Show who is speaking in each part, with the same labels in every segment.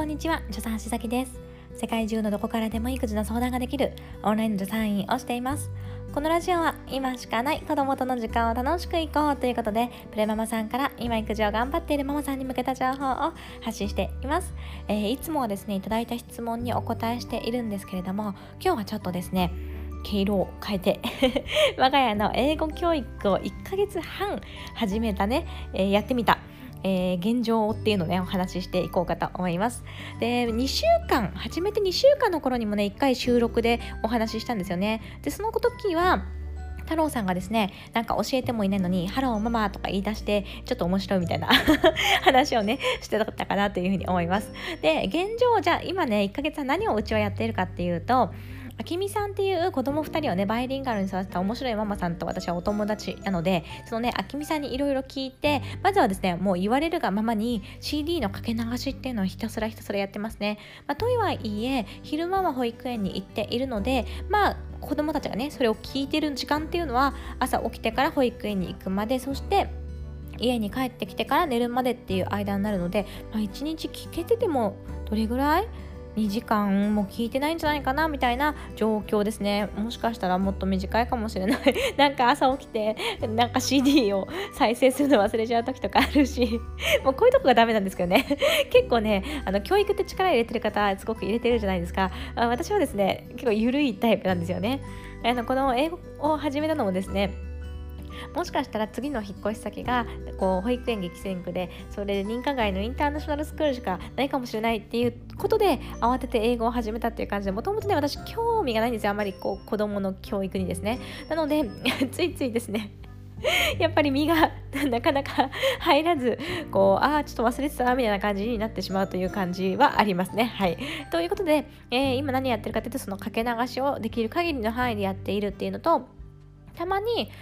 Speaker 1: にちは、助産師崎です。世界中のどこからでも育児の相談ができるオンラインの助産院をしています。このラジオは今しかない子供との時間を楽しくいこうということで、プレママさんから今育児を頑張っているママさんに向けた情報を発信しています。いつもはですね、いただいた質問にお答えしているんですけれども、今日はちょっとですね、毛色を変えて我が家の英語教育を1ヶ月半始めたね、やってみた現状っていうのをねお話ししていこうかと思います。で、始めて2週間の頃にもね1回収録でお話ししたんですよね。で、その時は太郎さんがですね、なんか教えてもいないのにハローママとか言い出してちょっと面白いみたいな話をねしてたかなというふうに思います。で、現状じゃあ今ね1ヶ月は何をうちはやっているかっていうと、あきみさんっていう子供2人をねバイリンガルに育てた面白いママさんと私はお友達なので、そのねあきみさんにいろいろ聞いて、まずはですねもう言われるがままに CD のかけ流しっていうのをひたすらやってますね。とはいえ昼間は保育園に行っているので、子供たちがねそれを聞いてる時間っていうのは朝起きてから保育園に行くまで、そして家に帰ってきてから寝るまでっていう間になるので、1日聞けててもどれぐらい2時間も聞いてないんじゃないかなみたいな状況ですね。もしかしたらもっと短いかもしれないなんか朝起きてなんか CD を再生するの忘れちゃう時とかあるしもうこういうとこがダメなんですけどね結構ね教育って力入れてる方すごく入れてるじゃないですか。私はですね結構緩いタイプなんですよね。この英語を始めたのもですね、もしかしたら次の引っ越し先が保育園激戦区で、それで認可外のインターナショナルスクールしかないかもしれないっていうことで慌てて英語を始めたっていう感じで、もともとね私興味がないんですよ、あまり子供の教育にですね。なのでついついですねやっぱり身がなかなか入らず、ちょっと忘れてたなみたいな感じになってしまうという感じはありますね。はい。ということで、今何やってるかというと、そのかけ流しをできる限りの範囲でやっているっていうのと、たまに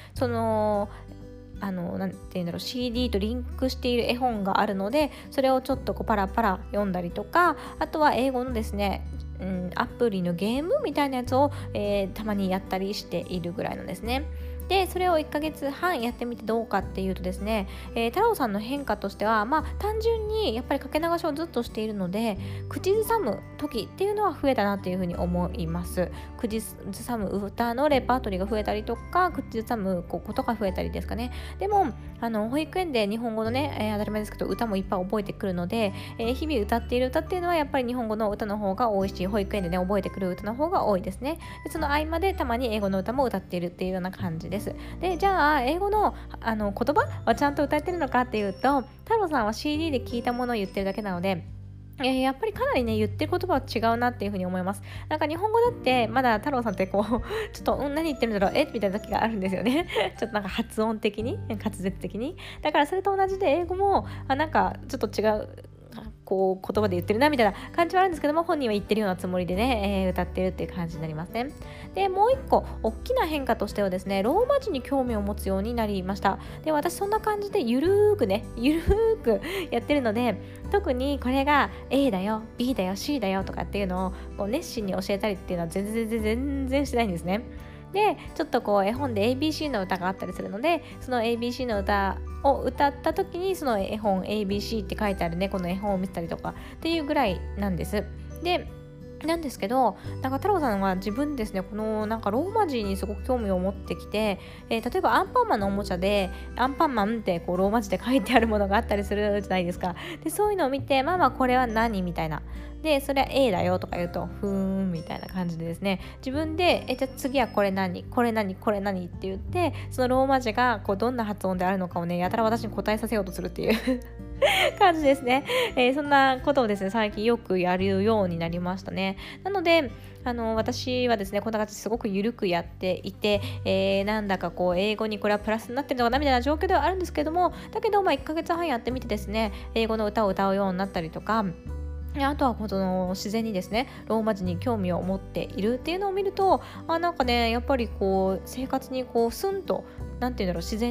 Speaker 1: なんていうんだろう、 CD とリンクしている絵本があるので、それをちょっとパラパラ読んだりとか、あとは英語のですね、アプリのゲームみたいなやつを、たまにやったりしているぐらいなんですね。で、それを1ヶ月半やってみてどうかっていうとですね、太郎さんの変化としては、単純にやっぱりかけ流しをずっとしているので、口ずさむ時っていうのは増えたなっていうふうに思います。口ずさむ歌のレパートリーが増えたりとか、口ずさむことが増えたりですかね。でも保育園で日本語のね、当たり前ですけど歌もいっぱい覚えてくるので、日々歌っている歌っていうのはやっぱり日本語の歌の方が多いし、保育園でね覚えてくる歌の方が多いですね。で、その合間でたまに英語の歌も歌っているっていうような感じです。で、じゃあ英語の言葉はちゃんと歌ってるのかっていうと、太郎さんは CD で聞いたものを言ってるだけなので、やっぱりかなりね言ってる言葉は違うなっていうふうに思います。なんか日本語だってまだ太郎さんってちょっと何言ってるんだろうみたいな時があるんですよねちょっとなんか発音的に滑舌的に。だからそれと同じで英語もなんかちょっと違う言葉で言ってるなみたいな感じはあるんですけども、本人は言ってるようなつもりでね、歌ってるっていう感じになりますね。で、もう一個大きな変化としてはですね、ローマ字に興味を持つようになりました。で、私そんな感じでゆるーくやってるので、特にこれが A だよ B だよ C だよとかっていうのを熱心に教えたりっていうのは全然してないんですね。で、ちょっと絵本で ABC の歌があったりするので、その ABC の歌を歌った時にその絵本 ABC って書いてあるねこの絵本を見てたりとかっていうぐらいなんです。で、なんですけど、なんか太郎さんは自分ですね、このなんかローマ字にすごく興味を持ってきて、例えばアンパンマンのおもちゃでアンパンマンってローマ字で書いてあるものがあったりするじゃないですか。で、そういうのを見てこれは何みたいな。で、それは A だよとか言うとふーんみたいな感じでですね、自分でじゃあ次はこれ何って言って、そのローマ字がどんな発音であるのかをねやたら私に答えさせようとするっていう感じですね。そんなことをですね最近よくやるようになりましたね。なので私はですねこんな感じですごく緩くやっていて、なんだか英語にこれはプラスになってるのかなみたいな状況ではあるんですけども、だけど1ヶ月半やってみてですね、英語の歌を歌うようになったりとか、あとは自然にですねローマ字に興味を持っているっていうのを見ると、なんかねやっぱり生活にスンとなんていうんだろう、自然に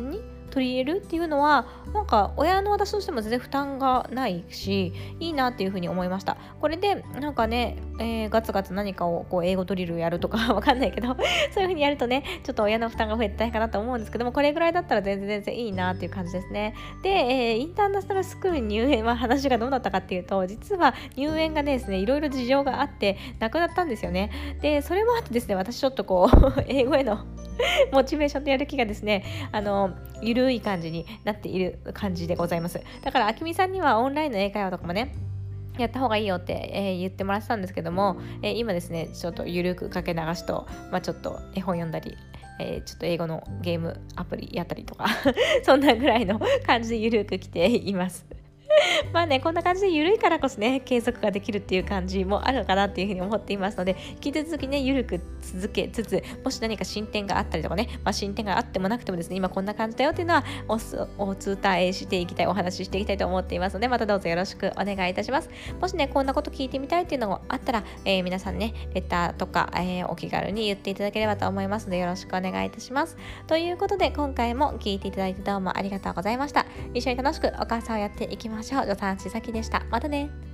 Speaker 1: 取り入れるっていうのはなんか親の私としても全然負担がないしいいなっていうふうに思いました。これでなんかね、ガツガツ何かをこう英語ドリルやるとかわかんないけどそういうふうにやるとねちょっと親の負担が増えて大変かなと思うんですけども、これぐらいだったら全然いいなっていう感じですね。で、インターナショナルスクールに入園は話がどうだったかっていうと、実は入園がですねいろいろ事情があってなくなったんですよね。でそれもあってですね、私ちょっとこう英語へのモチベーションとやる気がですねゆるい感じになっている感じでございます。だからあきみさんにはオンラインの英会話とかもねやった方がいいよって、言ってもらってたんですけども、今ですねちょっとゆるくかけ流しと、ちょっと絵本読んだり、ちょっと英語のゲームアプリやったりとかそんなぐらいの感じでゆるく来ています。まあね、こんな感じで緩いからこそね継続ができるっていう感じもあるのかなっていうふうに思っていますので、引き続きね緩く続けつつ、もし何か進展があったりとかね、進展があってもなくてもですね、今こんな感じだよっていうのはお伝えしていきたい、お話ししていきたいと思っていますので、またどうぞよろしくお願いいたします。もしねこんなこと聞いてみたいっていうのがあったら、皆さんねレターとか、お気軽に言っていただければと思いますのでよろしくお願いいたします。ということで今回も聞いていただいてどうもありがとうございました。一緒に楽しくお母さんをやっていきましょう。助産師さきでした。またね。